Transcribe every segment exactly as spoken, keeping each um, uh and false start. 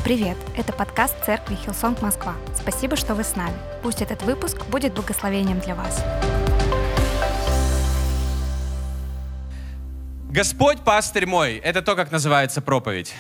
Привет! Это подкаст Церкви Хиллсонг Москва. Спасибо, что вы с нами. Пусть этот выпуск будет благословением для вас. Господь, пастырь мой, это то, как называется проповедь.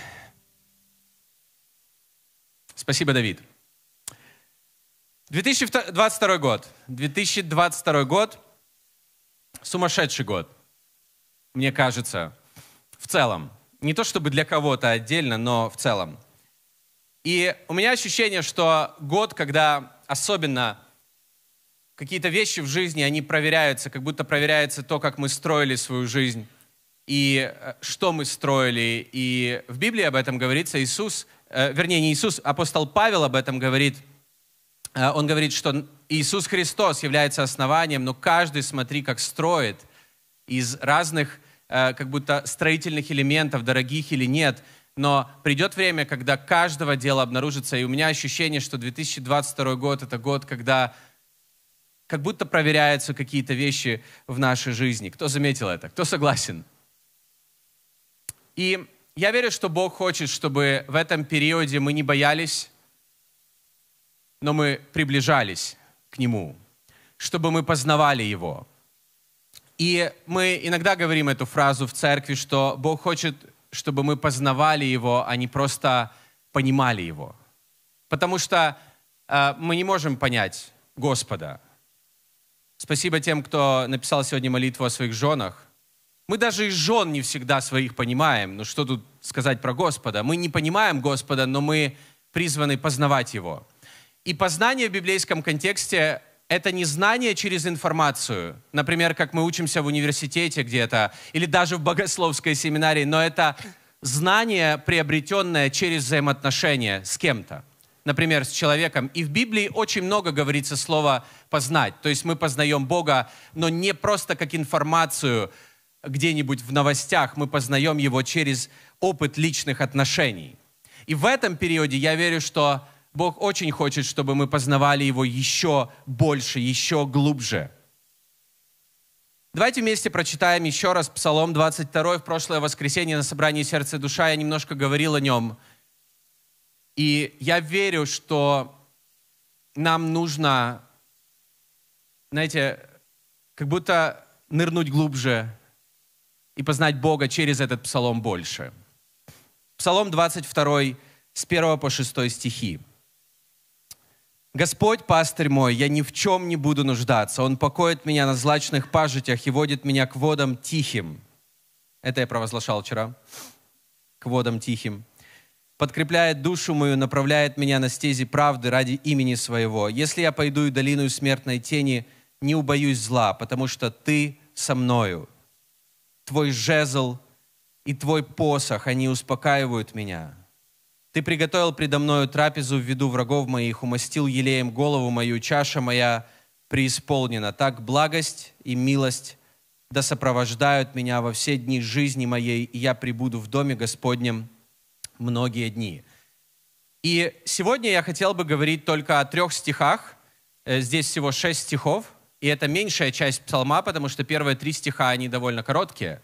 Спасибо, Давид. две тысячи двадцать второй год. две тысячи двадцать второй год. Сумасшедший год, мне кажется, в целом. Не то чтобы для кого-то отдельно, но в целом. И у меня ощущение, что год, когда особенно какие-то вещи в жизни, они проверяются, как будто проверяется то, как мы строили свою жизнь, и что мы строили. И в Библии об этом говорится. Иисус, э, вернее, не Иисус, апостол Павел об этом говорит. Э, он говорит, что Иисус Христос является основанием, но каждый, смотри, как строит из разных э, как будто строительных элементов, дорогих или нет. Но придет время, когда каждого дела обнаружится. И у меня ощущение, что две тысячи двадцать второй год — это год, когда как будто проверяются какие-то вещи в нашей жизни. Кто заметил это? Кто согласен? И я верю, что Бог хочет, чтобы в этом периоде мы не боялись, но мы приближались к Нему, чтобы мы познавали Его. И мы иногда говорим эту фразу в церкви, что Бог хочет, чтобы мы познавали Его, а не просто понимали Его. Потому что э, мы не можем понять Господа. Спасибо тем, кто написал сегодня молитву о своих женах. Мы даже и жен не всегда своих понимаем. Ну что тут сказать про Господа? Мы не понимаем Господа, но мы призваны познавать Его. И познание в библейском контексте — это не знание через информацию, например, как мы учимся в университете где-то, или даже в богословской семинарии, но это знание, приобретенное через взаимоотношения с кем-то, например, с человеком. И в Библии очень много говорится слово «познать», то есть мы познаем Бога, но не просто как информацию где-нибудь в новостях, мы познаем Его через опыт личных отношений. И в этом периоде я верю, что Бог очень хочет, чтобы мы познавали Его еще больше, еще глубже. Давайте вместе прочитаем еще раз Псалом двадцать два. В прошлое воскресенье на собрании «Сердце и душа» я немножко говорил о нем. И я верю, что нам нужно, знаете, как будто нырнуть глубже и познать Бога через этот псалом больше. Псалом двадцать два, с первого по шестой стихи. «Господь, пастырь мой, я ни в чем не буду нуждаться. Он покоит меня на злачных пажитях и водит меня к водам тихим». Это я провозглашал вчера. К водам тихим. «Подкрепляет душу мою, направляет меня на стези правды ради имени своего. Если я пойду и долину смертной тени, не убоюсь зла, потому что Ты со мною. Твой жезл и Твой посох, они успокаивают меня. Ты приготовил предо мною трапезу в виду врагов моих, умастил елеем голову мою, чаша моя преисполнена. Так благость и милость да сопровождают меня во все дни жизни моей, и я пребуду в доме Господнем многие дни». И сегодня я хотел бы говорить только о трех стихах. Здесь всего шесть стихов, и это меньшая часть псалма, потому что первые три стиха, они довольно короткие.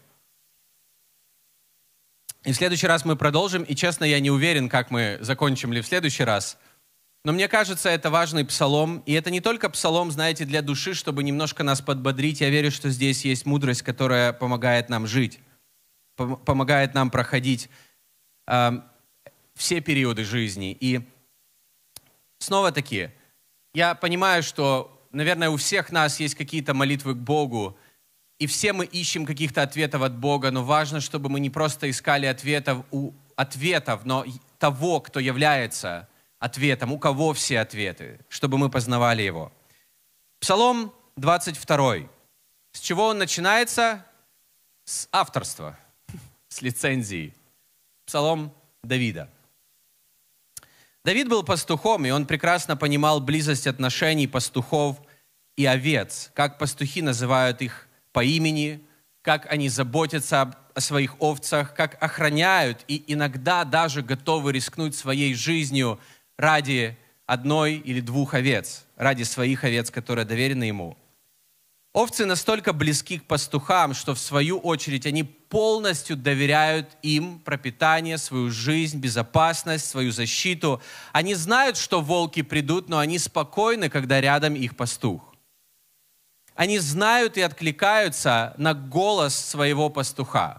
И в следующий раз мы продолжим, и, честно, я не уверен, как мы закончим ли в следующий раз. Но мне кажется, это важный псалом, и это не только псалом, знаете, для души, чтобы немножко нас подбодрить. Я верю, что здесь есть мудрость, которая помогает нам жить, пом- помогает нам проходить э, все периоды жизни. И снова-таки, я понимаю, что, наверное, у всех нас есть какие-то молитвы к Богу, и все мы ищем каких-то ответов от Бога, но важно, чтобы мы не просто искали ответов у ответов, но того, кто является ответом, у кого все ответы, чтобы мы познавали Его. Псалом двадцать два. С чего он начинается? С авторства, с лицензии. Псалом Давида. Давид был пастухом, и он прекрасно понимал близость отношений пастухов и овец, как пастухи называют их по имени, как они заботятся о своих овцах, как охраняют и иногда даже готовы рискнуть своей жизнью ради одной или двух овец, ради своих овец, которые доверены ему. Овцы настолько близки к пастухам, что в свою очередь они полностью доверяют им пропитание, свою жизнь, безопасность, свою защиту. Они знают, что волки придут, но они спокойны, когда рядом их пастух. Они знают и откликаются на голос своего пастуха.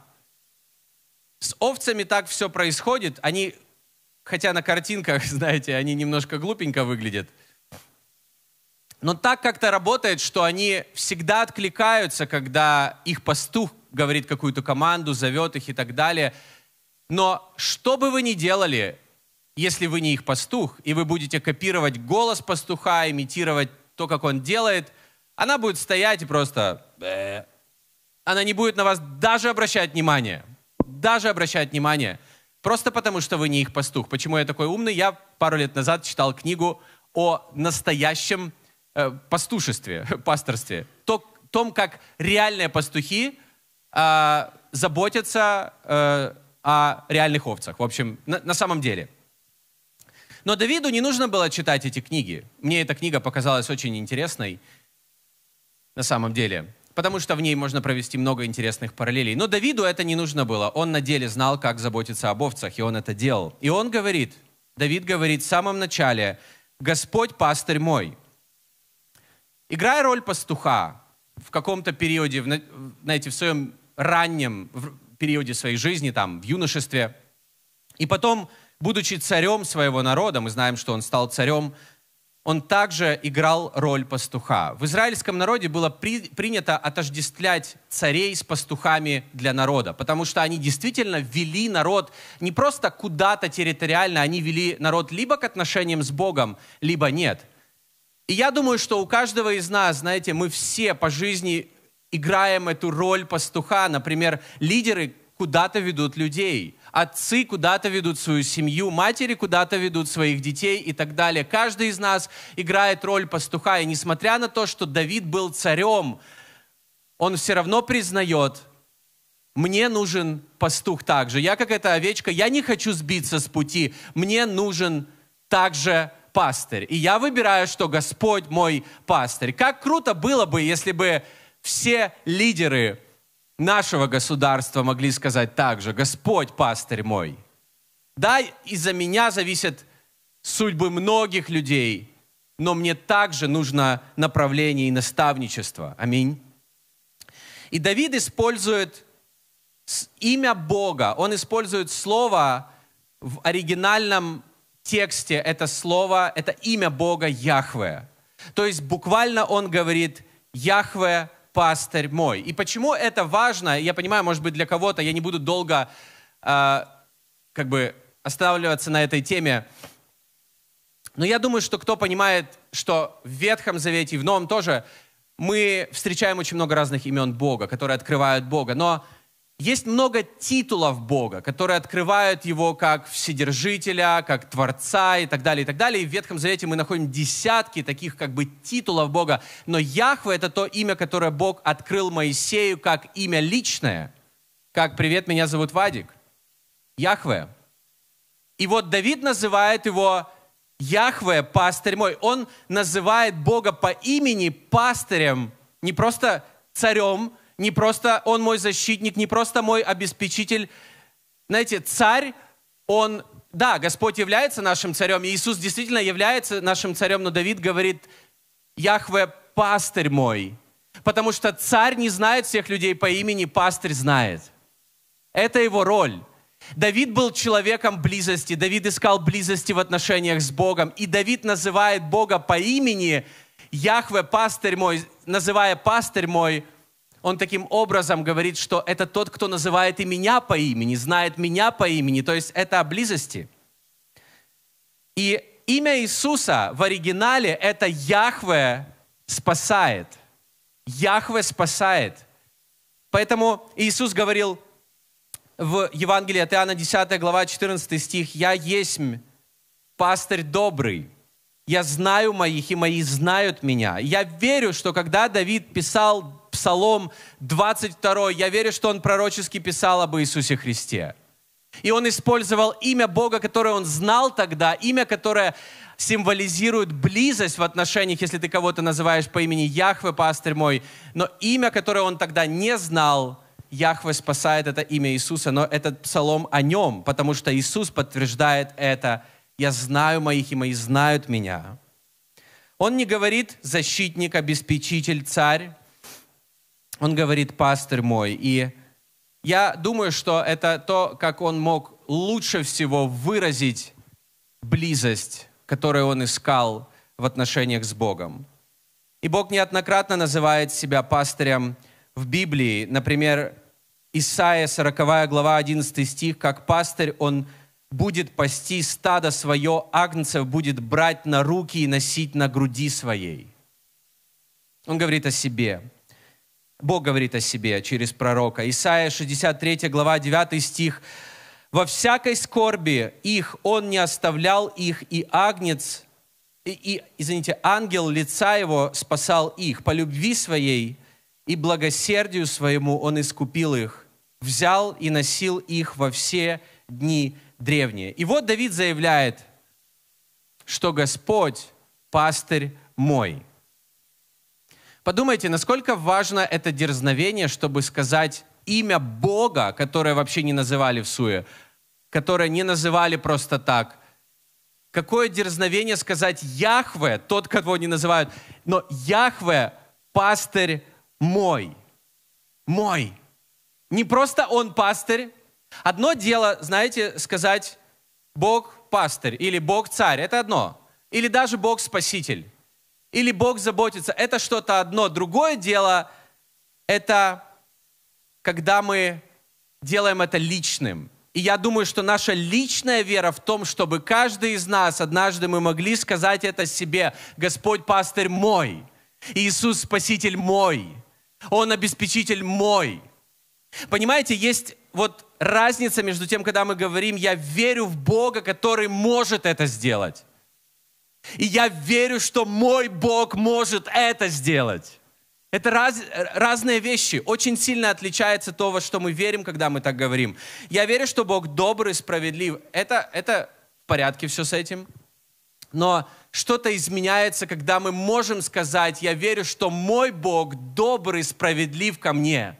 С овцами так все происходит. Они, хотя на картинках, знаете, они немножко глупенько выглядят, но так как-то работает, что они всегда откликаются, когда их пастух говорит какую-то команду, зовет их и так далее. Но что бы вы ни делали, если вы не их пастух, и вы будете копировать голос пастуха, имитировать то, как он делает, она будет стоять и просто... Бэ. Она не будет на вас даже обращать внимание. Даже обращать внимание. Просто потому, что вы не их пастух. Почему я такой умный? Я пару лет назад читал книгу о настоящем пастушестве, пасторстве, то, том, как реальные пастухи э, заботятся э, о реальных овцах. В общем, на, на самом деле. Но Давиду не нужно было читать эти книги. Мне эта книга показалась очень интересной на самом деле, потому что в ней можно провести много интересных параллелей. Но Давиду это не нужно было. Он на деле знал, как заботиться об овцах, и он это делал. И он говорит, Давид говорит в самом начале: «Господь пастырь мой». Играя роль пастуха в каком-то периоде, знаете, в своем раннем периоде своей жизни, там, в юношестве, и потом, будучи царем своего народа, мы знаем, что он стал царем, он также играл роль пастуха. В израильском народе было при, принято отождествлять царей с пастухами для народа, потому что они действительно вели народ не просто куда-то территориально, они вели народ либо к отношениям с Богом, либо нет. И я думаю, что у каждого из нас, знаете, мы все по жизни играем эту роль пастуха. Например, лидеры куда-то ведут людей, отцы куда-то ведут свою семью, матери куда-то ведут своих детей и так далее. Каждый из нас играет роль пастуха. И несмотря на то, что Давид был царем, он все равно признает: мне нужен пастух также. Я как эта овечка, я не хочу сбиться с пути. Мне нужен также пастырь. И я выбираю, что Господь мой пастырь. Как круто было бы, если бы все лидеры нашего государства могли сказать так же: Господь пастырь мой. Да, из-за меня зависят судьбы многих людей, но мне также нужно направление и наставничество. Аминь. И Давид использует имя Бога. Он использует слово в оригинальном тексте, это слово, это имя Бога Яхве. То есть буквально он говорит: Яхве, пастырь мой. И почему это важно? Я понимаю, может быть, для кого-то, я не буду долго э, как бы останавливаться на этой теме, но я думаю, что кто понимает, что в Ветхом Завете и в Новом тоже мы встречаем очень много разных имен Бога, которые открывают Бога, но есть много титулов Бога, которые открывают Его как Вседержителя, как Творца и так далее, и так далее. И в Ветхом Завете мы находим десятки таких как бы титулов Бога. Но Яхве — это то имя, которое Бог открыл Моисею как имя личное. Как «Привет, меня зовут Вадик». Яхве. И вот Давид называет его Яхве, пастырь мой. Он называет Бога по имени пастырем, не просто царем, не просто он мой защитник, не просто мой обеспечитель. Знаете, царь, он, да, Господь является нашим царем, Иисус действительно является нашим царем, но Давид говорит: Яхве, пастырь мой. Потому что царь не знает всех людей по имени, пастырь знает. Это его роль. Давид был человеком близости, Давид искал близости в отношениях с Богом, и Давид называет Бога по имени Яхве, пастырь мой, называя пастырь мой, он таким образом говорит, что это тот, кто называет и меня по имени, знает меня по имени, то есть это о близости. И имя Иисуса в оригинале — это Яхве спасает. Яхве спасает. Поэтому Иисус говорил в Евангелии от Иоанна, десятая глава, четырнадцатый стих: «Я есмь пастырь добрый, я знаю моих, и мои знают меня». Я верю, что когда Давид писал Псалом двадцать два, я верю, что он пророчески писал об Иисусе Христе. И он использовал имя Бога, которое он знал тогда, имя, которое символизирует близость в отношениях, если ты кого-то называешь по имени Яхве, пастырь мой. Но имя, которое он тогда не знал, Яхве спасает, это имя Иисуса. Но этот псалом о нем, потому что Иисус подтверждает это. «Я знаю моих, и мои знают меня». Он не говорит «защитник, обеспечитель, царь». Он говорит «пастырь мой». И я думаю, что это то, как он мог лучше всего выразить близость, которую он искал в отношениях с Богом. И Бог неоднократно называет себя пастырем в Библии. Например, Исайя, сороковая глава, одиннадцатый стих, «Как пастырь он будет пасти стадо свое, агнцев будет брать на руки и носить на груди своей». Он говорит о себе. Бог говорит о себе через пророка. Исайя, шестьдесят третья глава, девятый стих. «Во всякой скорби их он не оставлял их, и агнец, и, и, извините, ангел лица его спасал их. По любви своей и благосердию своему он искупил их, взял и носил их во все дни древние». И вот Давид заявляет, что Господь пастырь мой. Подумайте, насколько важно это дерзновение, чтобы сказать имя Бога, которое вообще не называли в суе, которое не называли просто так. Какое дерзновение сказать Яхве, тот, кого не называют, но Яхве пастырь мой. Мой. Не просто он пастырь. Одно дело, знаете, сказать Бог пастырь или Бог царь, это одно. Или даже Бог спаситель. Или Бог заботится, это что-то одно. Другое дело, это когда мы делаем это личным. И я думаю, что наша личная вера в том, чтобы каждый из нас, однажды мы могли сказать это себе: Господь пастырь мой, Иисус спаситель мой, Он обеспечитель мой. Понимаете, есть вот разница между тем, когда мы говорим: я верю в Бога, который может это сделать. И я верю, что мой Бог может это сделать. Это раз, разные вещи. Очень сильно отличается то, во что мы верим, когда мы так говорим. Я верю, что Бог добрый, справедлив. Это, это в порядке все с этим. Но что-то изменяется, когда мы можем сказать: я верю, что мой Бог добрый, справедлив ко мне.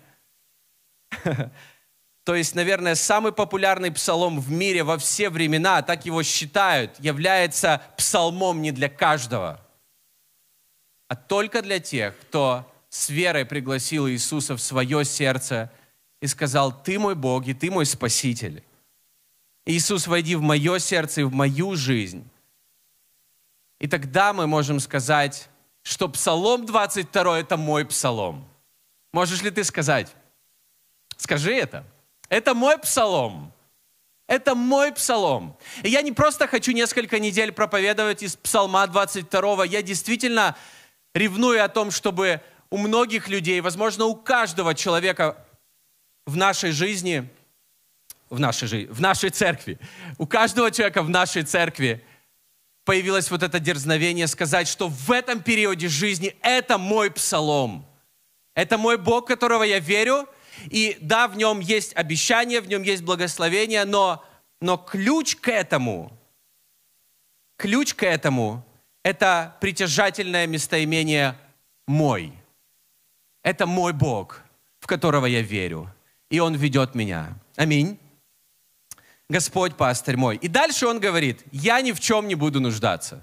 То есть, наверное, самый популярный псалом в мире во все времена, так его считают, является псалмом не для каждого, а только для тех, кто с верой пригласил Иисуса в свое сердце и сказал: «Ты мой Бог, и Ты мой Спаситель. Иисус, войди в мое сердце и в мою жизнь». И тогда мы можем сказать, что Псалом двадцать второй – это мой псалом. Можешь ли ты сказать? Скажи это. Это мой псалом. Это мой псалом. И я не просто хочу несколько недель проповедовать из Псалма двадцать второго. Я действительно ревную о том, чтобы у многих людей, возможно, у каждого человека в нашей жизни, в нашей жизни, в нашей церкви, у каждого человека в нашей церкви появилось вот это дерзновение сказать, что в этом периоде жизни это мой псалом. Это мой Бог, которого я верю. И да, в нем есть обещание, в нем есть благословение, но, но ключ к этому, ключ к этому – это притяжательное местоимение «мой». Это мой Бог, в которого я верю, и Он ведет меня. Аминь. Господь пастырь мой. И дальше Он говорит: я ни в чем не буду нуждаться.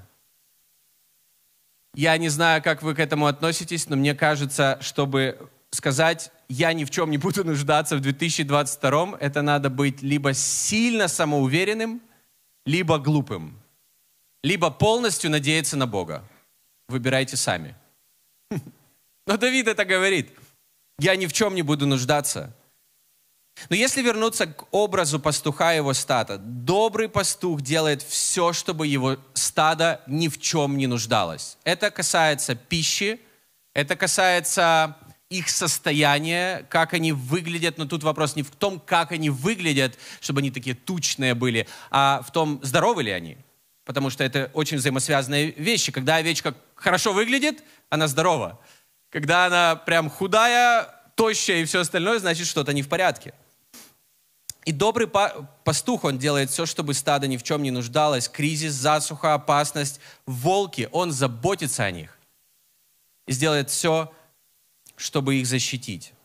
Я не знаю, как вы к этому относитесь, но мне кажется, чтобы сказать «я ни в чем не буду нуждаться» в две тысячи двадцать втором, это надо быть либо сильно самоуверенным, либо глупым, либо полностью надеяться на Бога. Выбирайте сами. Но Давид это говорит: «Я ни в чем не буду нуждаться». Но если вернуться к образу пастуха и его стада, добрый пастух делает все, чтобы его стадо ни в чем не нуждалось. Это касается пищи, это касается их состояние, как они выглядят. Но тут вопрос не в том, как они выглядят, чтобы они такие тучные были, а в том, здоровы ли они. Потому что это очень взаимосвязанные вещи. Когда овечка хорошо выглядит, она здорова. Когда она прям худая, тощая и все остальное, значит, что-то не в порядке. И добрый пастух, он делает все, чтобы стадо ни в чем не нуждалось. Кризис, засуха, опасность, волки, он заботится о них. И сделает все, чтобы их защитить.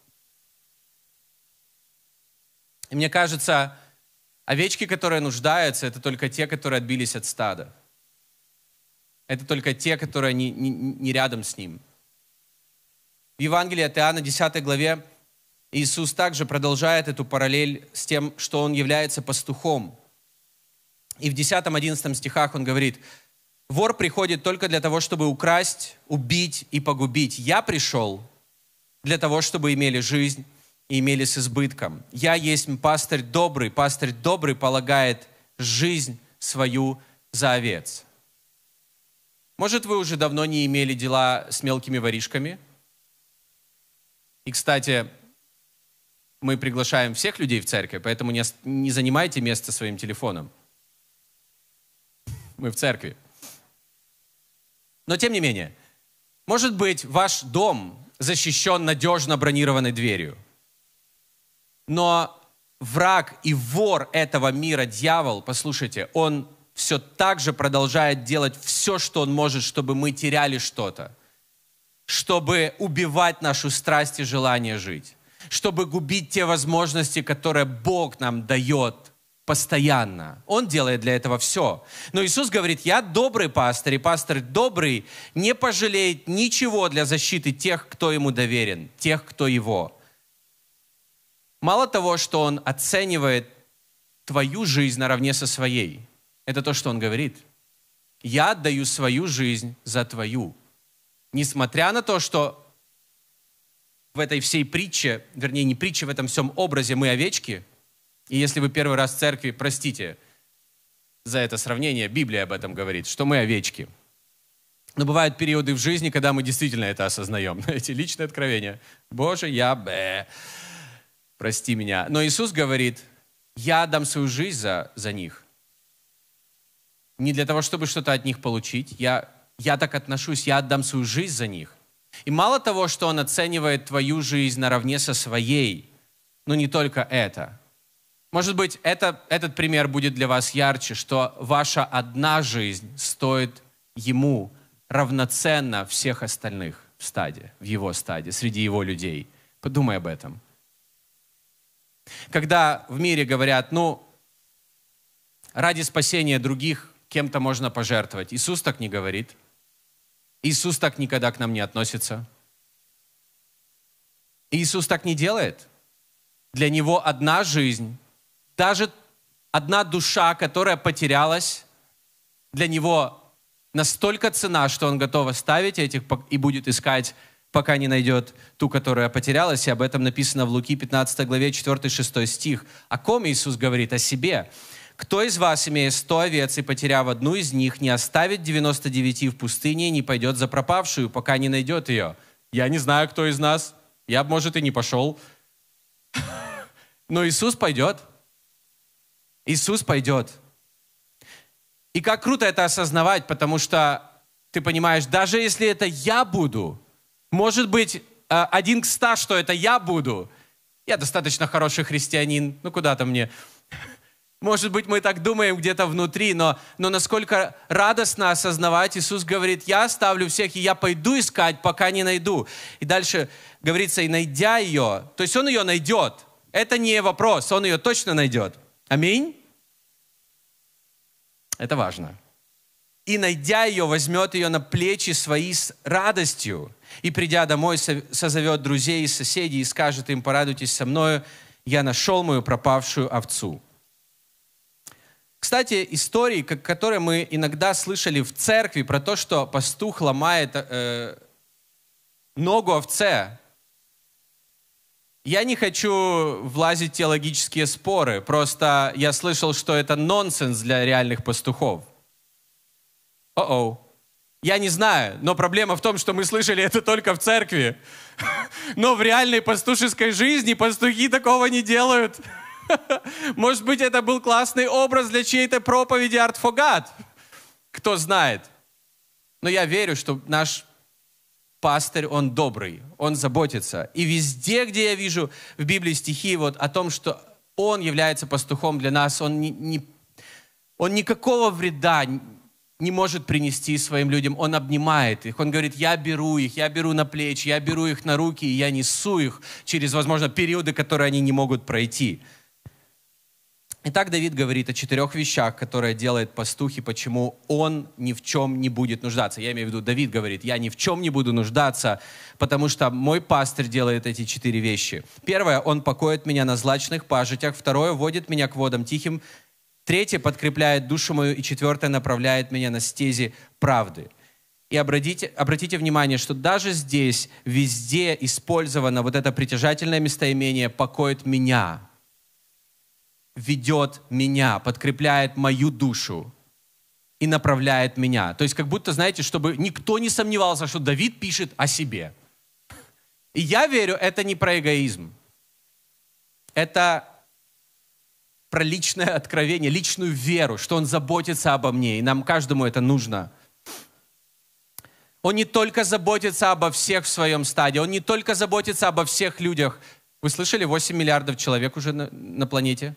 И мне кажется, овечки, которые нуждаются, это только те, которые отбились от стада. Это только те, которые не, не, не рядом с ним. В Евангелии от Иоанна, десятой главе, Иисус также продолжает эту параллель с тем, что Он является пастухом. И в десятом-одиннадцатом стихах Он говорит: «Вор приходит только для того, чтобы украсть, убить и погубить. Я пришел для того, чтобы имели жизнь и имели с избытком. Я есть пастырь добрый, пастырь добрый полагает жизнь свою за овец». Может, вы уже давно не имели дела с мелкими воришками? И, кстати, мы приглашаем всех людей в церковь, поэтому не, не занимайте место своим телефоном. Мы в церкви. Но тем не менее, может быть, ваш дом защищен надежно бронированной дверью. Но враг и вор этого мира, дьявол, послушайте, он все так же продолжает делать все, что он может, чтобы мы теряли что-то, чтобы убивать нашу страсть и желание жить, чтобы губить те возможности, которые Бог нам дает постоянно. Он делает для этого все. Но Иисус говорит: «Я добрый пастырь, и пастырь добрый не пожалеет ничего для защиты тех, кто ему доверен, тех, кто его». Мало того, что Он оценивает твою жизнь наравне со своей, это то, что Он говорит. «Я отдаю свою жизнь за твою». Несмотря на то, что в этой всей притче, вернее, не притче, в этом всем образе мы овечки, и если вы первый раз в церкви, простите за это сравнение, Библия об этом говорит, что мы овечки. Но бывают периоды в жизни, когда мы действительно это осознаем. Эти личные откровения. Боже, я б... Прости меня. Но Иисус говорит: «Я отдам свою жизнь за, за них». Не для того, чтобы что-то от них получить. Я, я так отношусь, я отдам свою жизнь за них. И мало того, что Он оценивает твою жизнь наравне со своей, но не только это. Может быть, это, этот пример будет для вас ярче, что ваша одна жизнь стоит Ему равноценно всех остальных в стаде, в Его стаде, среди Его людей. Подумай об этом. Когда в мире говорят: ну, ради спасения других кем-то можно пожертвовать. Иисус так не говорит. Иисус так никогда к нам не относится. Иисус так не делает. Для Него одна жизнь, даже одна душа, которая потерялась, для Него настолько цена, что Он готов оставить этих и будет искать, пока не найдет ту, которая потерялась. И об этом написано в Луки пятнадцатой главе, четвёртый-шестой стих. О ком Иисус говорит? О себе. «Кто из вас, имея сто овец и потеряв одну из них, не оставит девяносто девяти в пустыне и не пойдет за пропавшую, пока не найдет ее?» Я не знаю, кто из нас. Я, может, и не пошел. Но Иисус пойдет. Иисус пойдет. И как круто это осознавать, потому что ты понимаешь, даже если это я буду, может быть, один к ста, что это я буду. Я достаточно хороший христианин. Ну, куда-то мне... Может быть, мы так думаем где-то внутри, но, но насколько радостно осознавать, Иисус говорит: «Я оставлю всех, и я пойду искать, пока не найду». И дальше говорится: «И найдя ее», то есть Он ее найдет. Это не вопрос, Он ее точно найдет. Аминь? Это важно. «И найдя ее, возьмет ее на плечи свои с радостью, и придя домой, созовет друзей и соседей и скажет им: порадуйтесь со мною, я нашел мою пропавшую овцу». Кстати, истории, которые мы иногда слышали в церкви, про то, что пастух ломает э, ногу овце. Я не хочу влазить в теологические споры, просто я слышал, что это нонсенс для реальных пастухов. О-оу. Я не знаю, но проблема в том, что мы слышали это только в церкви. Но в реальной пастушеской жизни пастухи такого не делают. Может быть, это был классный образ для чьей-то проповеди Art for God. Кто знает. Но я верю, что наш пастырь, он добрый, он заботится. И везде, где я вижу в Библии стихи вот о том, что Он является пастухом для нас. Он, не, не, он никакого вреда не может принести своим людям. Он обнимает их. Он говорит, я беру их, я беру на плечи, я беру их на руки, и я несу их через, возможно, периоды, которые они не могут пройти. Итак, Давид говорит о четырех вещах, которые делает пастух, и почему он ни в чем не будет нуждаться. Я имею в виду, Давид говорит, я ни в чем не буду нуждаться, потому что мой пастырь делает эти четыре вещи. Первое, он покоит меня на злачных пажитях. Второе, водит меня к водам тихим. Третье, подкрепляет душу мою. И четвертое, направляет меня на стези правды. И обратите, обратите внимание, что даже здесь везде использовано вот это притяжательное местоимение «покоит меня», ведет меня, подкрепляет мою душу и направляет меня. То есть как будто, знаете, чтобы никто не сомневался, что Давид пишет о себе. И я верю, это не про эгоизм. Это про личное откровение, личную веру, что он заботится обо мне, и нам каждому это нужно. Он не только заботится обо всех в своем стаде, он не только заботится обо всех людях. Вы слышали, восемь миллиардов человек уже на, на планете?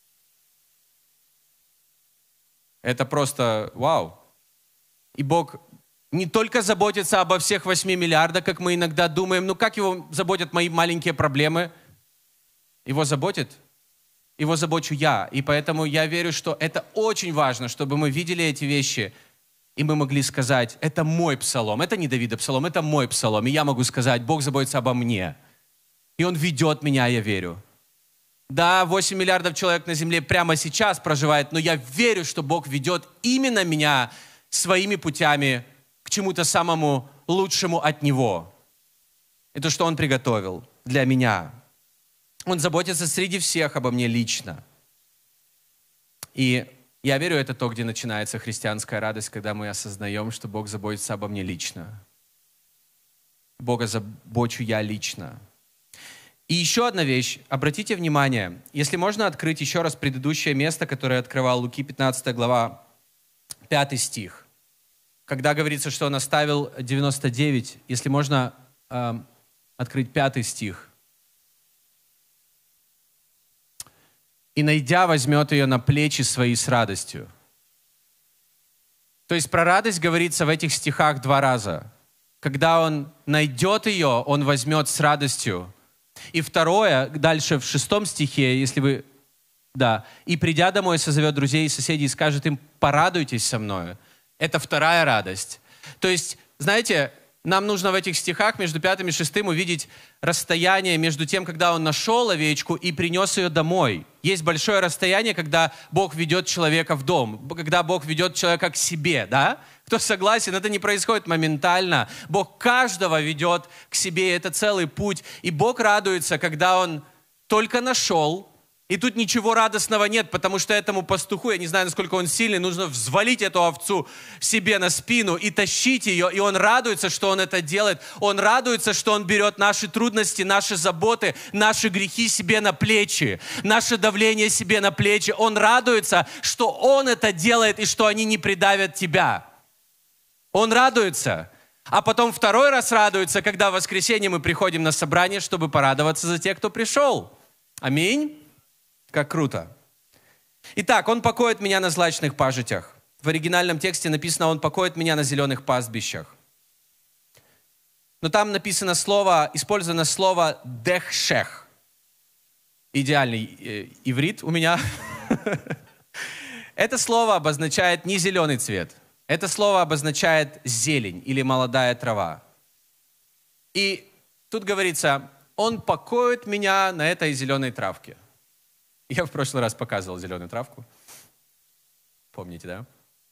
Это просто вау. И Бог не только заботится обо всех восьми миллиардах, как мы иногда думаем, ну как его заботят мои маленькие проблемы? Его заботит? Его забочу я. И поэтому я верю, что это очень важно, чтобы мы видели эти вещи, и мы могли сказать, это мой псалом, это не Давида псалом, это мой псалом. И я могу сказать, Бог заботится обо мне. И Он ведет меня, я верю. Да, восемь миллиардов человек на земле прямо сейчас проживает, но я верю, что Бог ведет именно меня своими путями к чему-то самому лучшему от Него. Это что Он приготовил для меня. Он заботится среди всех обо мне лично. И я верю, это то, где начинается христианская радость, когда мы осознаем, что Бог заботится обо мне лично. Бога забочу я лично. И еще одна вещь. Обратите внимание, если можно открыть еще раз предыдущее место, которое открывал Луки, пятнадцатая глава, пятый стих. Когда говорится, что он оставил девяносто девять, если можно э, открыть пятый стих. «И, найдя, возьмет ее на плечи свои с радостью». То есть про радость говорится в этих стихах два раза. Когда он найдет ее, он возьмет с радостью. И второе, дальше в шестом стихе, если вы... Да. «И, придя домой, созовет друзей и соседей и скажет им, порадуйтесь со мною». Это вторая радость. То есть, знаете, нам нужно в этих стихах между пятым и шестым увидеть расстояние между тем, когда он нашел овечку и принес ее домой. Есть большое расстояние, когда Бог ведет человека в дом, когда Бог ведет человека к себе, да? Кто согласен, это не происходит моментально. Бог каждого ведет к себе, это целый путь. И Бог радуется, когда Он только нашел, и тут ничего радостного нет, потому что этому пастуху, я не знаю, насколько он сильный, нужно взвалить эту овцу себе на спину и тащить ее, и он радуется, что он это делает. Он радуется, что он берет наши трудности, наши заботы, наши грехи себе на плечи, наше давление себе на плечи. Он радуется, что он это делает и что они не придавят тебя. Он радуется. А потом второй раз радуется, когда в воскресенье мы приходим на собрание, чтобы порадоваться за тех, кто пришел. Аминь. Как круто. Итак, он покоит меня на злачных пажитях. В оригинальном тексте написано, он покоит меня на зеленых пастбищах. Но там написано слово, использовано слово «дехшех». Идеальный э, иврит у меня. Это слово обозначает не зеленый цвет. Это слово обозначает зелень или молодая трава. И тут говорится, он покоит меня на этой зеленой травке. Я в прошлый раз показывал зеленую травку. Помните, да?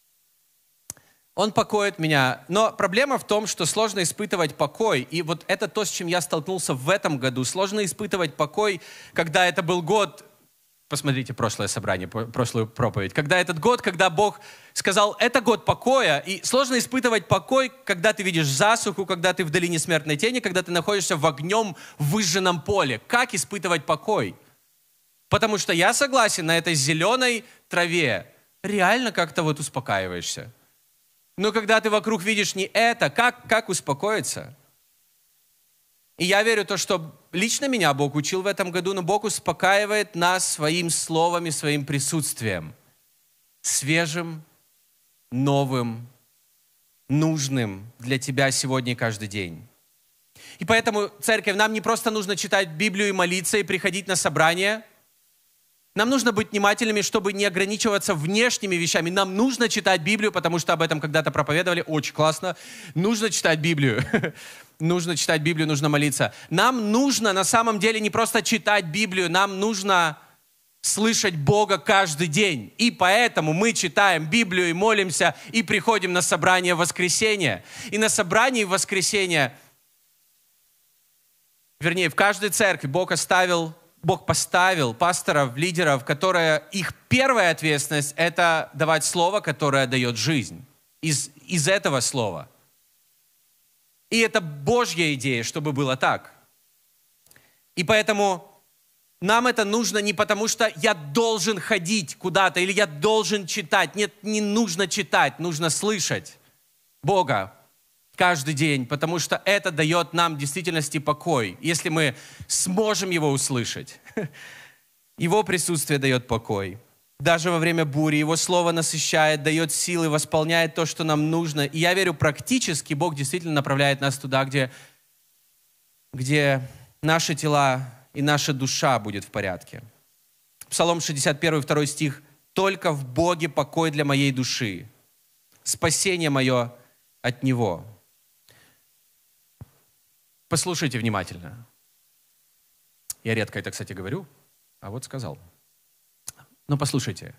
Он покоит меня. Но проблема в том, что сложно испытывать покой. И вот это то, с чем я столкнулся в этом году. Сложно испытывать покой, когда это был год... Посмотрите прошлое собрание, прошлую проповедь. Когда этот год, когда Бог сказал, это год покоя. И сложно испытывать покой, когда ты видишь засуху, когда ты в долине смертной тени, когда ты находишься в огнем выжженном поле. Как испытывать покой? Потому что я согласен, на этой зеленой траве реально как-то вот успокаиваешься. Но когда ты вокруг видишь не это, как, как успокоиться? И я верю в то, что лично меня Бог учил в этом году, но Бог успокаивает нас своим словом и своим присутствием. Свежим, новым, нужным для тебя сегодня и каждый день. И поэтому, церковь, нам не просто нужно читать Библию и молиться, и приходить на собрание. Нам нужно быть внимательными, чтобы не ограничиваться внешними вещами. Нам нужно читать Библию, потому что об этом когда-то проповедовали. Очень классно. Нужно читать Библию. Нужно читать Библию, нужно молиться. Нам нужно на самом деле не просто читать Библию, нам нужно слышать Бога каждый день. И поэтому мы читаем Библию и молимся, и приходим на собрание в воскресенье. И на собрании в воскресенье, вернее, в каждой церкви Бог оставил Бог поставил пасторов, лидеров, которые, их первая ответственность – это давать слово, которое дает жизнь. Из, из этого слова. И это Божья идея, чтобы было так. И поэтому нам это нужно не потому, что я должен ходить куда-то или я должен читать. Нет, не нужно читать, нужно слышать Бога каждый день, потому что это дает нам в действительности покой. Если мы сможем Его услышать, Его присутствие дает покой. Даже во время бури Его Слово насыщает, дает силы, восполняет то, что нам нужно. И я верю, практически Бог действительно направляет нас туда, где, где наши тела и наша душа будет в порядке. Псалом шестьдесят один, второй стих. «Только в Боге покой для моей души, спасение мое от Него». Послушайте внимательно. Я редко это, кстати, говорю, а вот сказал. Но послушайте.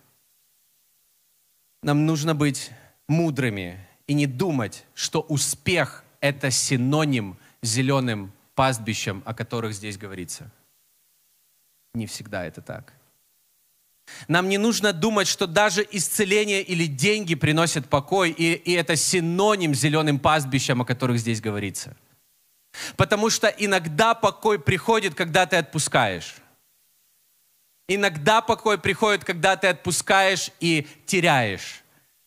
Нам нужно быть мудрыми и не думать, что успех – это синоним зеленым пастбищам, о которых здесь говорится. Не всегда это так. Нам не нужно думать, что даже исцеление или деньги приносят покой, и, и это синоним зеленым пастбищам, о которых здесь говорится. Потому что иногда покой приходит, когда ты отпускаешь. Иногда покой приходит, когда ты отпускаешь и теряешь.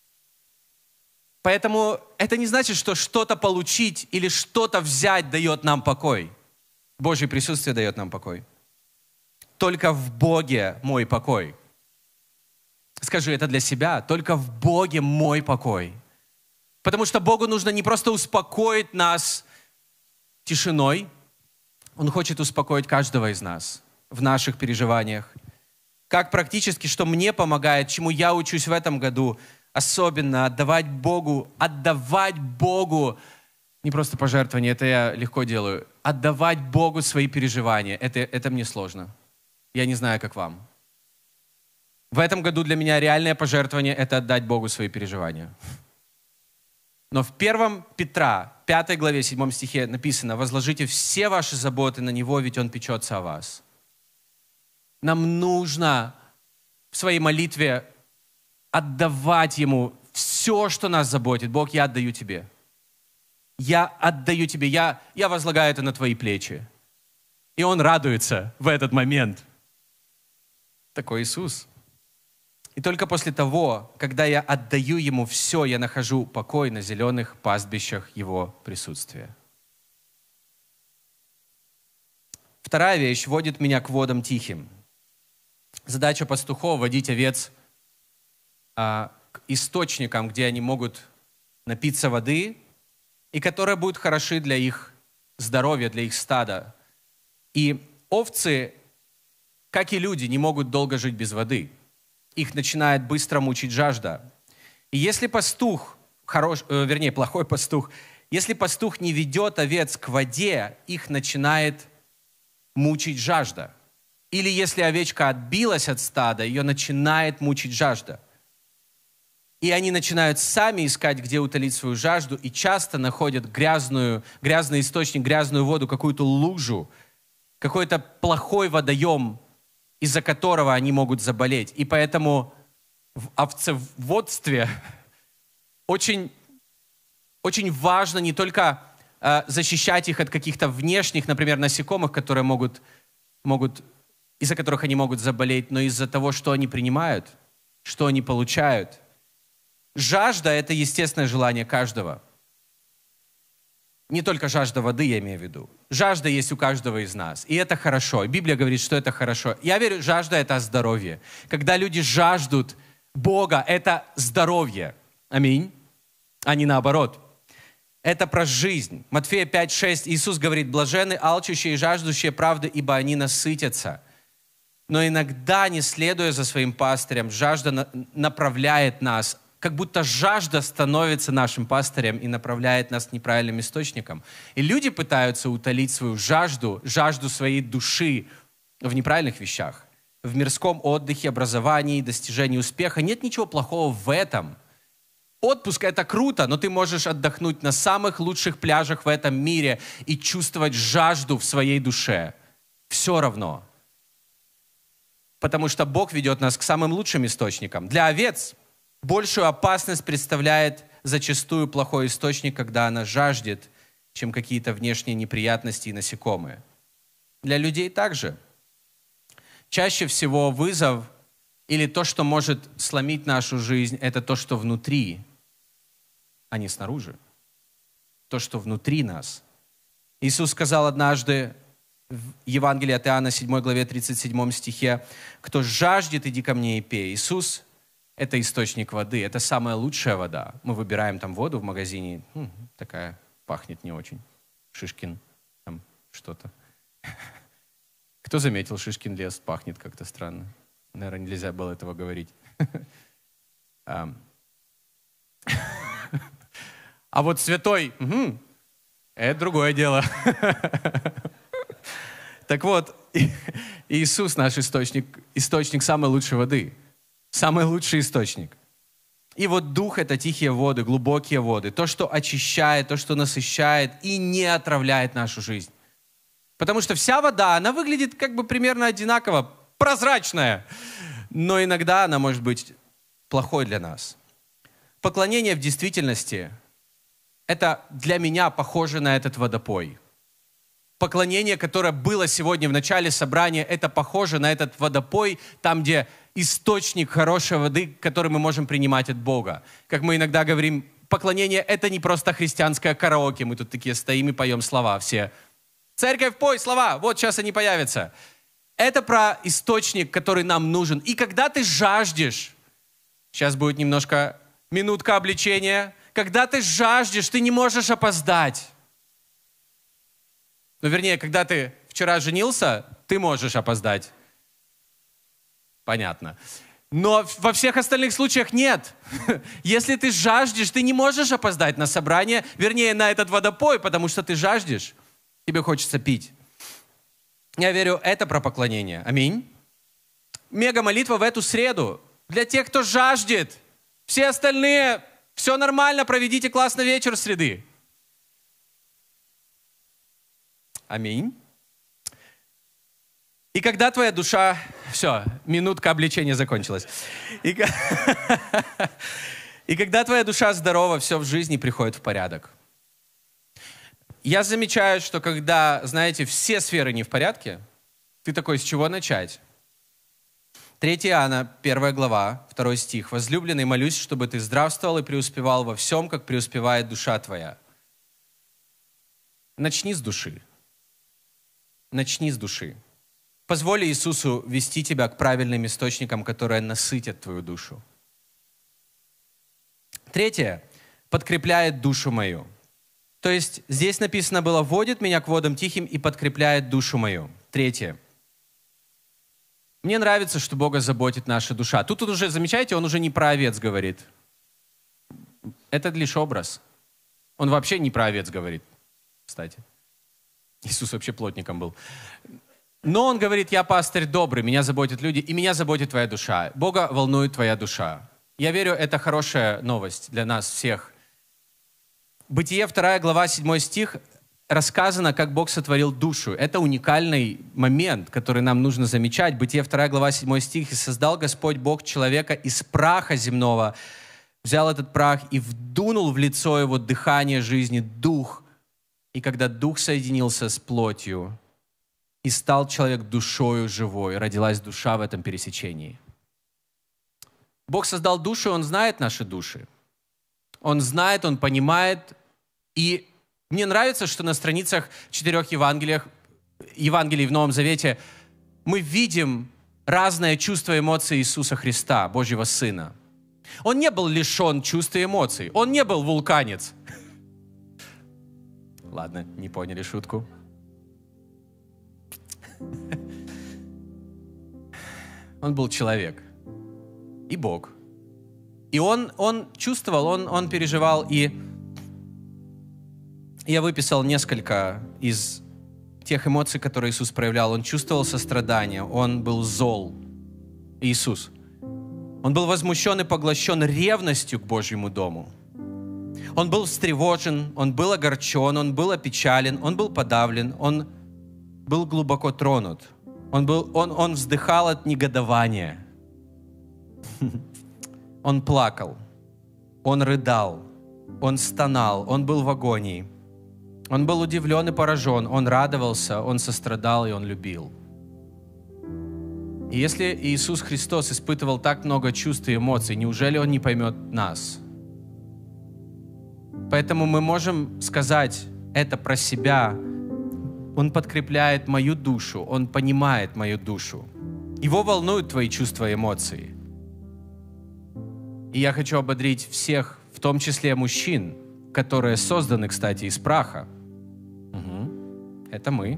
Поэтому это не значит, что что-то получить или что-то взять дает нам покой. Божье присутствие дает нам покой. Только в Боге мой покой. Скажи это для себя. Только в Боге мой покой. Потому что Богу нужно не просто успокоить нас тишиной. Он хочет успокоить каждого из нас в наших переживаниях. Как практически, что мне помогает, чему я учусь в этом году, особенно отдавать Богу, отдавать Богу, не просто пожертвование, это я легко делаю, отдавать Богу свои переживания. Это, это мне сложно. Я не знаю, как вам. В этом году для меня реальное пожертвование – это отдать Богу свои переживания. Но в первом Петра, пятой главе, седьмом стихе написано: «Возложите все ваши заботы на Него, ведь Он печется о вас». Нам нужно в своей молитве отдавать Ему все, что нас заботит. Бог, я отдаю Тебе. Я отдаю Тебе, я, я возлагаю это на Твои плечи. И Он радуется в этот момент. Такой Иисус. И только после того, когда я отдаю Ему все, я нахожу покой на зеленых пастбищах Его присутствия. Вторая вещь вводит меня к водам тихим. Задача пастухов — водить овец а, к источникам, где они могут напиться воды, и которые будут хороши для их здоровья, для их стада. И овцы, как и люди, не могут долго жить без воды. Их начинает быстро мучить жажда. И если пастух, хорош, э, вернее, плохой пастух, если пастух не ведет овец к воде, их начинает мучить жажда. Или если овечка отбилась от стада, ее начинает мучить жажда. И они начинают сами искать, где утолить свою жажду, и часто находят грязную, грязный источник, грязную воду, какую-то лужу, какой-то плохой водоем, из-за которого они могут заболеть. И поэтому в овцеводстве очень, очень важно не только э, защищать их от каких-то внешних, например, насекомых, которые могут, могут, из-за которых они могут заболеть, но из-за того, что они принимают, что они получают. Жажда – это естественное желание каждого. Не только жажда воды, я имею в виду. Жажда есть у каждого из нас. И это хорошо. Библия говорит, что это хорошо. Я верю, жажда — это здоровье. Когда люди жаждут Бога, это здоровье. Аминь. А не наоборот. Это про жизнь. Матфея пять шесть. Иисус говорит: блаженны алчущие и жаждущие правды, ибо они насытятся. Но иногда, не следуя за своим пастырем, жажда на- направляет нас, как будто жажда становится нашим пастырем и направляет нас к неправильным источникам. И люди пытаются утолить свою жажду, жажду своей души в неправильных вещах. В мирском отдыхе, образовании, достижении успеха. Нет ничего плохого в этом. Отпуск — это круто, но ты можешь отдохнуть на самых лучших пляжах в этом мире и чувствовать жажду в своей душе. Все равно. Потому что Бог ведет нас к самым лучшим источникам. Для овец большую опасность представляет зачастую плохой источник, когда она жаждет, чем какие-то внешние неприятности и насекомые. Для людей также. Чаще всего вызов или то, что может сломить нашу жизнь, это то, что внутри, а не снаружи. То, что внутри нас. Иисус сказал однажды в Евангелии от Иоанна, седьмой главе, тридцать седьмом стихе: «Кто жаждет, иди ко мне и пей». Иисус — это источник воды, это самая лучшая вода. Мы выбираем там воду в магазине, м, такая пахнет не очень. Шишкин, там что-то. Кто заметил, Шишкин лес пахнет как-то странно? Наверное, нельзя было этого говорить. А вот святой, угу, это другое дело. Так вот, Иисус наш источник, источник самой лучшей воды, самый лучший источник. И вот Дух — это тихие воды, глубокие воды, то, что очищает, то, что насыщает и не отравляет нашу жизнь. Потому что вся вода, она выглядит как бы примерно одинаково, прозрачная, но иногда она может быть плохой для нас. Поклонение в действительности — это для меня похоже на этот водопой. Поклонение, которое было сегодня в начале собрания, это похоже на этот водопой, там, где источник хорошей воды, который мы можем принимать от Бога. Как мы иногда говорим, поклонение — это не просто христианское караоке. Мы тут такие стоим и поем слова все. «Церковь, пой слова!» Вот сейчас они появятся. Это про источник, который нам нужен. И когда ты жаждешь, сейчас будет немножко минутка обличения, когда ты жаждешь, ты не можешь опоздать. Ну, вернее, когда ты вчера женился, ты можешь опоздать. Понятно. Но во всех остальных случаях нет. Если ты жаждешь, ты не можешь опоздать на собрание, вернее, на этот водопой, потому что ты жаждешь. Тебе хочется пить. Я верю, это про поклонение. Аминь. Мега-молитва в эту среду. Для тех, кто жаждет. Все остальные, все нормально, проведите классный вечер среды. Аминь. И когда твоя душа... Все, минутка обличения закончилась. И, и когда твоя душа здорова, все в жизни приходит в порядок. Я замечаю, что когда, знаете, все сферы не в порядке, ты такой, с чего начать? третье Иоанна, первая глава, второй стих. «Возлюбленный, молюсь, чтобы ты здравствовал и преуспевал во всем, как преуспевает душа твоя». Начни с души. Начни с души. Позволь Иисусу вести тебя к правильным источникам, которые насытят твою душу. Третье. Подкрепляет душу мою. То есть здесь написано было: «Вводит меня к водам тихим и подкрепляет душу мою». Третье. Мне нравится, что Бога заботит наша душа. Тут, тут уже, замечаете, он уже не про овец говорит. Это лишь образ. Он вообще не про овец говорит, кстати. Иисус вообще плотником был. Но он говорит: я пастырь добрый, меня заботят люди, и меня заботит твоя душа. Бога волнует твоя душа. Я верю, это хорошая новость для нас всех. Бытие, вторая глава, седьмой стих, рассказано, как Бог сотворил душу. Это уникальный момент, который нам нужно замечать. Бытие, вторая глава, седьмой стих. «И создал Господь Бог человека из праха земного, взял этот прах и вдунул в лицо его дыхание жизни, дух. И когда дух соединился с плотью, и стал человек душою живой, родилась душа в этом пересечении». Бог создал душу, Он знает наши души. Он знает, Он понимает, и Мне нравится, что на страницах четырех Евангелиях, Евангелий в Новом Завете мы видим разное чувство и эмоции Иисуса Христа, Божьего Сына. Он не был лишен чувств и эмоций. Он не был вулканец. Ладно, не поняли шутку. Он был человек и Бог. И он, он чувствовал, он, он переживал. И я выписал несколько из тех эмоций, которые Иисус проявлял. Он чувствовал сострадание, он был зол. Иисус. Он был возмущен и поглощен ревностью к Божьему дому. Он был встревожен, он был огорчен, он был опечален, он был подавлен, он был глубоко тронут. Он, был, он, он вздыхал от негодования. Он плакал, он рыдал, он стонал, он был в агонии. Он был удивлен и поражен, он радовался, он сострадал и он любил. И если Иисус Христос испытывал так много чувств и эмоций, неужели Он не поймет нас? Поэтому мы можем сказать это про себя. Он подкрепляет мою душу, Он понимает мою душу. Его волнуют твои чувства и эмоции. И я хочу ободрить всех, в том числе мужчин, которые созданы, кстати, из праха. Угу. Это мы.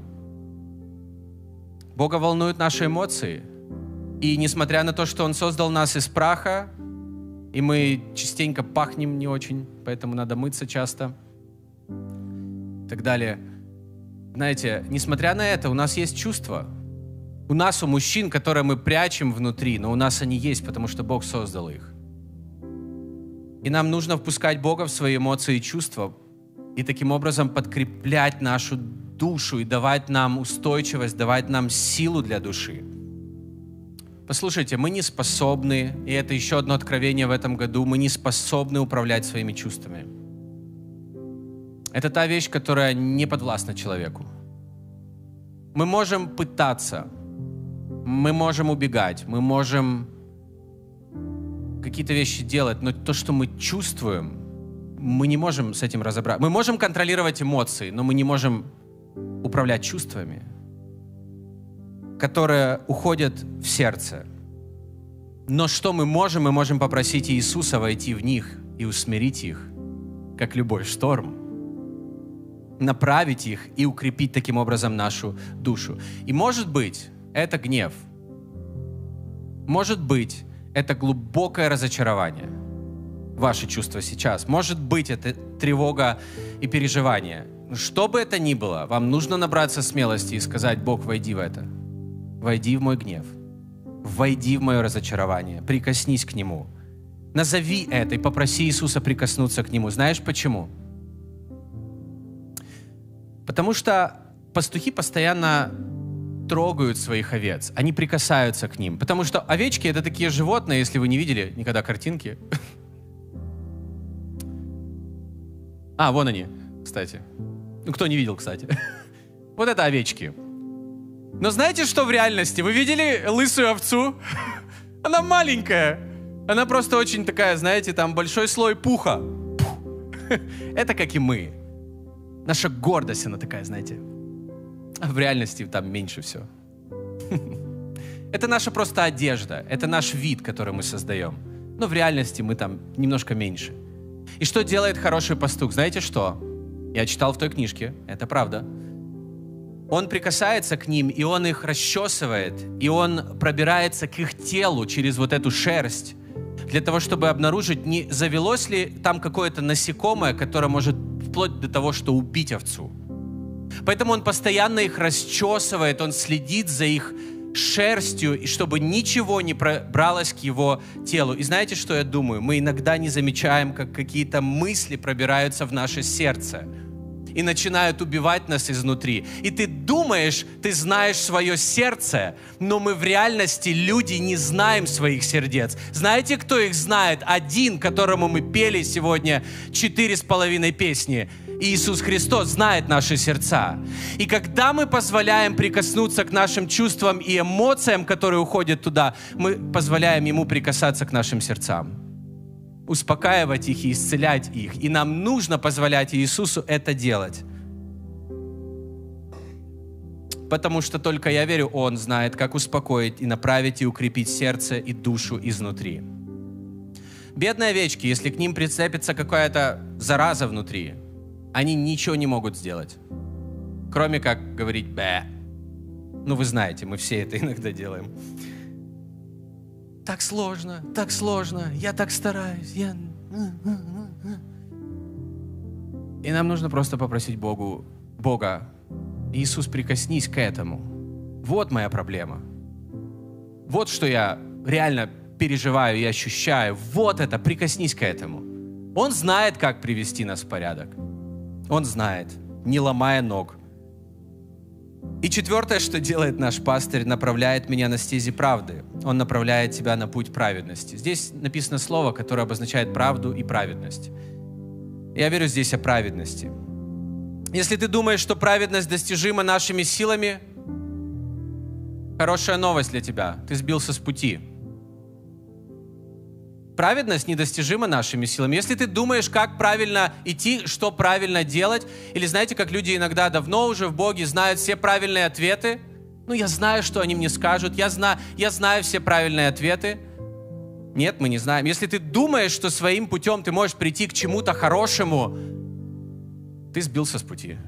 Бога волнуют наши эмоции. И несмотря на то, что Он создал нас из праха, и мы частенько пахнем не очень, поэтому надо мыться часто, и так далее. Знаете, несмотря на это, у нас есть чувства. У нас, у мужчин, которые мы прячем внутри, но у нас они есть, потому что Бог создал их. И нам нужно впускать Бога в свои эмоции и чувства, и таким образом подкреплять нашу душу и давать нам устойчивость, давать нам силу для души. Послушайте, мы не способны, и это еще одно откровение в этом году, мы не способны управлять своими чувствами. Это та вещь, которая не подвластна человеку. Мы можем пытаться, мы можем убегать, мы можем какие-то вещи делать, но то, что мы чувствуем, мы не можем с этим разобраться. Мы можем контролировать эмоции, но мы не можем управлять чувствами, которые уходят в сердце. Но что мы можем? Мы можем попросить Иисуса войти в них и усмирить их, как любой шторм, направить их и укрепить таким образом нашу душу. И может быть, это гнев. Может быть, это глубокое разочарование. Ваши чувства сейчас. Может быть, это тревога и переживание. Что бы это ни было, вам нужно набраться смелости и сказать: Бог, войди в это. Войди в мой гнев. Войди в мое разочарование. Прикоснись к нему. Назови это и попроси Иисуса прикоснуться к нему. Знаешь почему? Потому что пастухи постоянно трогают своих овец. Они прикасаются к ним. Потому что овечки — это такие животные, если вы не видели никогда картинки. А, вон они, кстати. Ну, кто не видел, кстати. Вот это овечки. Но знаете, что в реальности? Вы видели лысую овцу? Она маленькая. Она просто очень такая, знаете, там большой слой пуха. Это как и мы. Наша гордость, она такая, знаете. А в реальности там меньше все. Это наша просто одежда. Это наш вид, который мы создаем. Но в реальности мы там немножко меньше. И что делает хороший пастух? Знаете что? Я читал в той книжке. Это правда. Он прикасается к ним, и он их расчесывает, и он пробирается к их телу через вот эту шерсть, для того, чтобы обнаружить, не завелось ли там какое-то насекомое, которое может вплоть до того, что убить овцу. Поэтому он постоянно их расчесывает, он следит за их шерстью, и чтобы ничего не пробралось к его телу. И знаете, что я думаю? Мы иногда не замечаем, как какие-то мысли пробираются в наше сердце и начинают убивать нас изнутри. И ты думаешь, ты знаешь свое сердце, но мы в реальности, люди, не знаем своих сердец. Знаете, кто их знает? Один, которому мы пели сегодня четыре с половиной песни. Иисус Христос знает наши сердца. И когда мы позволяем прикоснуться к нашим чувствам и эмоциям, которые уходят туда, мы позволяем Ему прикасаться к нашим сердцам. успокаивать их и исцелять их. И нам нужно позволять Иисусу это делать. Потому что только я верю, Он знает, как успокоить и направить и укрепить сердце и душу изнутри. Бедные овечки, если к ним прицепится какая-то зараза внутри, они ничего не могут сделать, кроме как говорить «бэ». Ну, вы знаете, мы все это иногда делаем. Так сложно, так сложно, я так стараюсь, я... И нам нужно просто попросить Богу, Бога, Иисус, прикоснись к этому. Вот моя проблема. Вот что я реально переживаю и ощущаю. Вот это, прикоснись к этому. Он знает, как привести нас в порядок. Он знает, не ломая ног. И четвертое, что делает наш пастырь, направляет меня на стези правды. Он направляет тебя на путь праведности. Здесь написано слово, которое обозначает правду и праведность. Я верю здесь о праведности. Если ты думаешь, что праведность достижима нашими силами, хорошая новость для тебя. Ты сбился с пути. Праведность недостижима нашими силами. Если ты думаешь, как правильно идти, что правильно делать, или знаете, как люди иногда давно уже в Боге знают все правильные ответы, ну, я знаю, что они мне скажут, я знаю, я знаю все правильные ответы. Нет, мы не знаем. Если ты думаешь, что своим путем ты можешь прийти к чему-то хорошему, ты сбился с пути.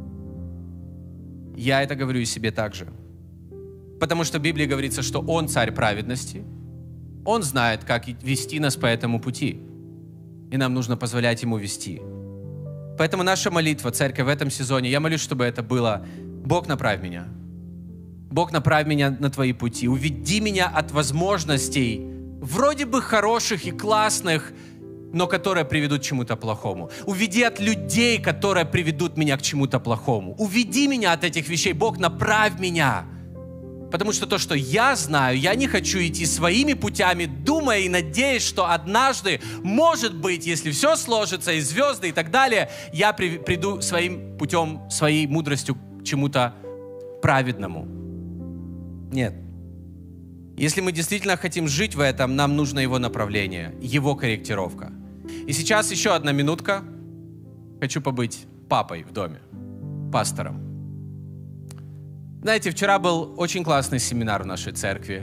Я это говорю и себе также. Потому что в Библии говорится, что Он царь праведности. Он знает, как вести нас по этому пути. И нам нужно позволять Ему вести. Поэтому наша молитва, церковь, в этом сезоне, я молюсь, чтобы это было: Бог, направь меня. Бог, направь меня на Твои пути. Уведи меня от возможностей, вроде бы хороших и классных, но которые приведут к чему-то плохому. Уведи от людей, которые приведут меня к чему-то плохому. Уведи меня от этих вещей. Бог, направь меня. Потому что то, что я знаю, я не хочу идти своими путями, думая и надеясь, что однажды, может быть, если все сложится, и звезды, и так далее, я при, приду своим путем, своей мудростью к чему-то праведному. Нет. Если мы действительно хотим жить в этом, нам нужно Его направление, Его корректировка. И сейчас еще одна минутка. Хочу побыть папой в доме, пастором. Знаете, вчера был очень классный семинар в нашей церкви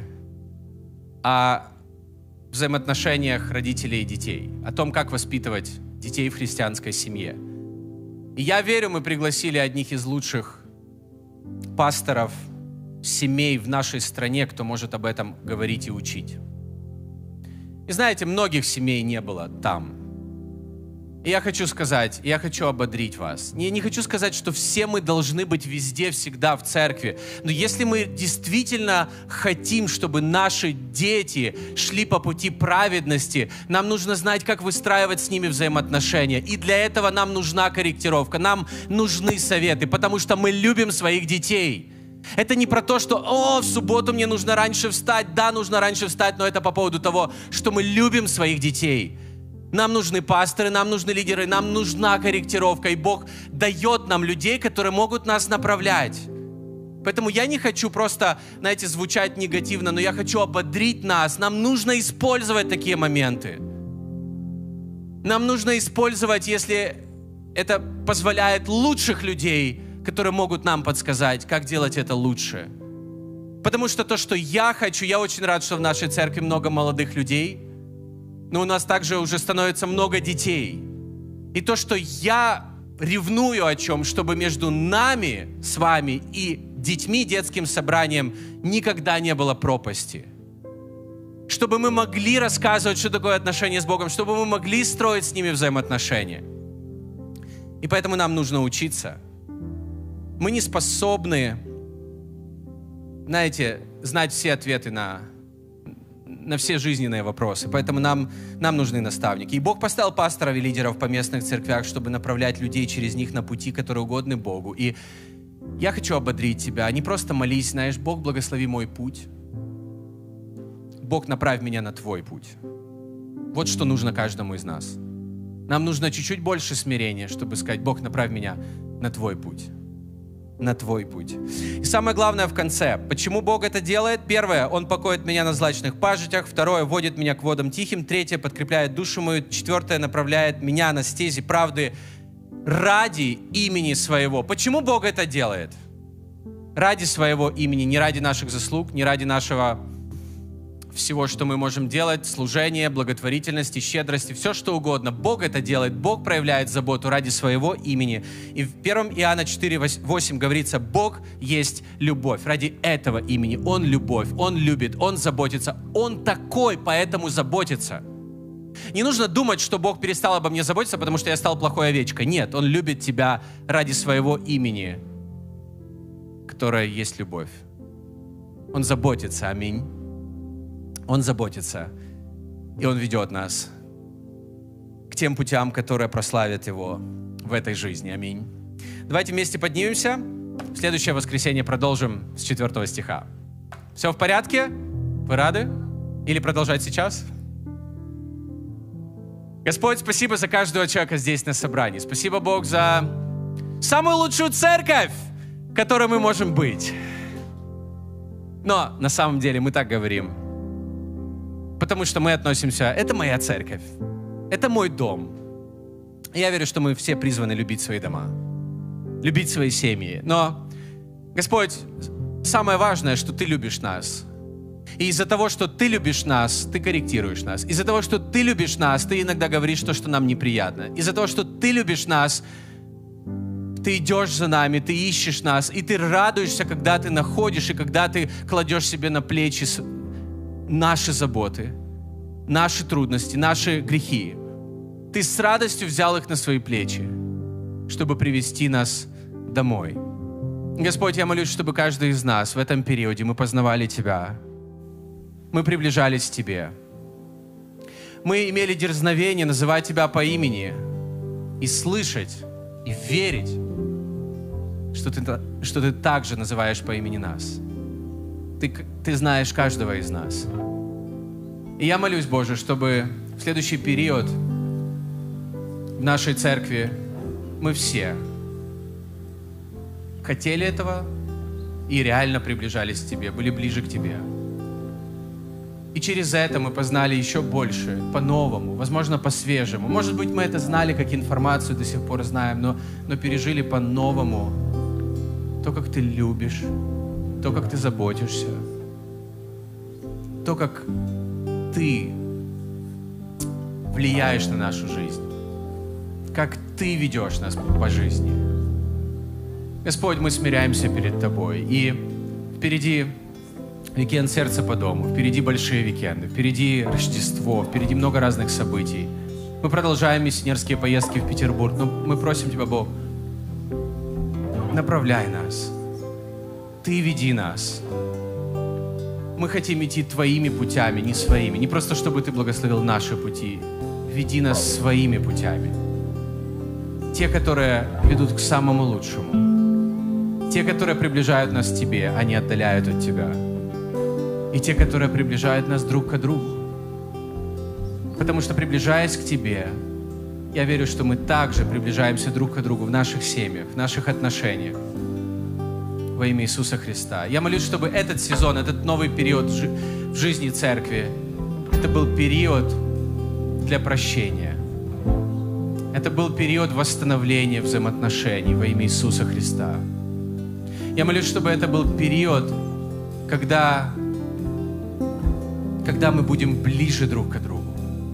о взаимоотношениях родителей и детей, о том, как воспитывать детей в христианской семье. И я верю, мы пригласили одних из лучших пасторов семей в нашей стране, кто может об этом говорить и учить. И знаете, многих семей не было там. И я хочу сказать, я хочу ободрить вас. Я не хочу сказать, что все мы должны быть везде, всегда в церкви. Но если мы действительно хотим, чтобы наши дети шли по пути праведности, нам нужно знать, как выстраивать с ними взаимоотношения. И для этого нам нужна корректировка, нам нужны советы, потому что мы любим своих детей. Это не про то, что «О, в субботу мне нужно раньше встать». Да, нужно раньше встать, но это по поводу того, что мы любим своих детей. Нам нужны пасторы, нам нужны лидеры, нам нужна корректировка. И Бог дает нам людей, которые могут нас направлять. Поэтому я не хочу просто, знаете, звучать негативно, но я хочу ободрить нас. Нам нужно использовать такие моменты. Нам нужно использовать, если это позволяет, лучших людей, которые могут нам подсказать, как делать это лучше. Потому что то, что я хочу, я очень рад, что в нашей церкви много молодых людей, но у нас также уже становится много детей. И то, что я ревную о чем, чтобы между нами с вами и детьми, детским собранием никогда не было пропасти. Чтобы мы могли рассказывать, что такое отношения с Богом, чтобы мы могли строить с ними взаимоотношения. И поэтому нам нужно учиться. Мы не способны, знаете, знать все ответы на, на все жизненные вопросы. Поэтому нам, нам нужны наставники. И Бог поставил пасторов и лидеров по местных церквях, чтобы направлять людей через них на пути, которые угодны Богу. И я хочу ободрить тебя. Не просто молись, знаешь, Бог, благослови мой путь. Бог, направь меня на твой путь. Вот что нужно каждому из нас. Нам нужно чуть-чуть больше смирения, чтобы сказать: Бог, направь меня на твой путь. на Твой путь. И самое главное в конце. Почему Бог это делает? Первое, Он покоит меня на злачных пажитях. Второе, вводит меня к водам тихим. Третье, подкрепляет душу мою. Четвертое, направляет меня на стези правды ради имени Своего. Почему Бог это делает? Ради Своего имени, не ради наших заслуг, не ради нашего всего, что мы можем делать, служения, благотворительности, щедрости, все что угодно. Бог это делает, Бог проявляет заботу ради Своего имени. И в первом Иоанна четыре восемь говорится, Бог есть любовь. Ради этого имени Он любовь, Он любит, Он заботится. Он такой, поэтому заботится. Не нужно думать, что Бог перестал обо мне заботиться, потому что я стал плохой овечкой. Нет, Он любит тебя ради Своего имени, которое есть любовь. Он заботится, аминь. Он заботится, и Он ведет нас к тем путям, которые прославят Его в этой жизни. Аминь. Давайте вместе поднимемся. В следующее воскресенье продолжим с четвертого стиха. Все в порядке? Вы рады? Или продолжать сейчас? Господь, спасибо за каждого человека здесь на собрании. Спасибо, Бог, за самую лучшую церковь, в которой мы можем быть. Но на самом деле мы так говорим, потому что мы относимся, это моя церковь, это мой дом. И я верю, что мы все призваны любить свои дома, любить свои семьи. Но, Господь, самое важное, что Ты любишь нас. И из-за того, что Ты любишь нас, Ты корректируешь нас. Из-за того, что Ты любишь нас, Ты иногда говоришь то, что нам неприятно. Из-за того, что Ты любишь нас, Ты идешь за нами, Ты ищешь нас, и Ты радуешься, когда Ты находишь, и когда Ты кладешь себе на плечи наши заботы, наши трудности, наши грехи. Ты с радостью взял их на свои плечи, чтобы привести нас домой. Господь, я молюсь, чтобы каждый из нас в этом периоде мы познавали Тебя, мы приближались к Тебе, мы имели дерзновение называть Тебя по имени и слышать, и верить, что Ты, что ты также называешь по имени нас. Ты, ты знаешь каждого из нас. И я молюсь, Боже, чтобы в следующий период в нашей церкви мы все хотели этого и реально приближались к Тебе, были ближе к Тебе. И через это мы познали еще больше, по-новому, возможно, по-свежему. Может быть, мы это знали как информацию, до сих пор знаем, но, но пережили по-новому то, как Ты любишь, то, как Ты заботишься, то, как Ты влияешь на нашу жизнь, как Ты ведешь нас по жизни. Господь, мы смиряемся перед Тобой, и впереди уикенд «Сердце по дому», впереди большие уикенды, впереди Рождество, впереди много разных событий. Мы продолжаем миссионерские поездки в Петербург, но мы просим Тебя, Бог, направляй нас. Ты веди нас. Мы хотим идти Твоими путями, не своими. Не просто, чтобы Ты благословил наши пути. Веди нас своими путями. Те, которые ведут к самому лучшему. Те, которые приближают нас к Тебе, а не отдаляют от Тебя. И те, которые приближают нас друг к другу. Потому что, приближаясь к Тебе, я верю, что мы также приближаемся друг к другу в наших семьях, в наших отношениях. Во имя Иисуса Христа. Я молюсь, чтобы этот сезон, этот новый период в жизни церкви, это был период для прощения. Это был период восстановления взаимоотношений во имя Иисуса Христа. Я молюсь, чтобы это был период, когда, когда мы будем ближе друг к другу.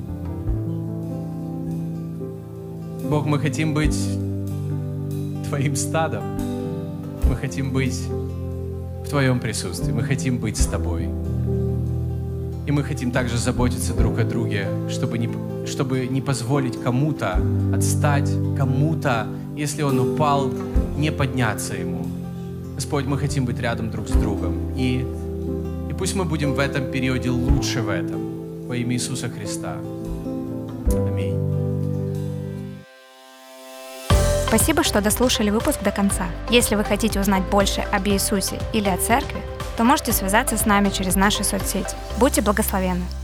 Бог, мы хотим быть Твоим стадом. Мы хотим быть в Твоем присутствии. Мы хотим быть с Тобой. И мы хотим также заботиться друг о друге, чтобы не, чтобы не позволить кому-то отстать, кому-то, если он упал, не подняться ему. Господь, мы хотим быть рядом друг с другом. И, и пусть мы будем в этом периоде лучше в этом. Во имя Иисуса Христа. Аминь. Спасибо, что дослушали выпуск до конца. Если вы хотите узнать больше об Иисусе или о церкви, то можете связаться с нами через наши соцсети. Будьте благословенны!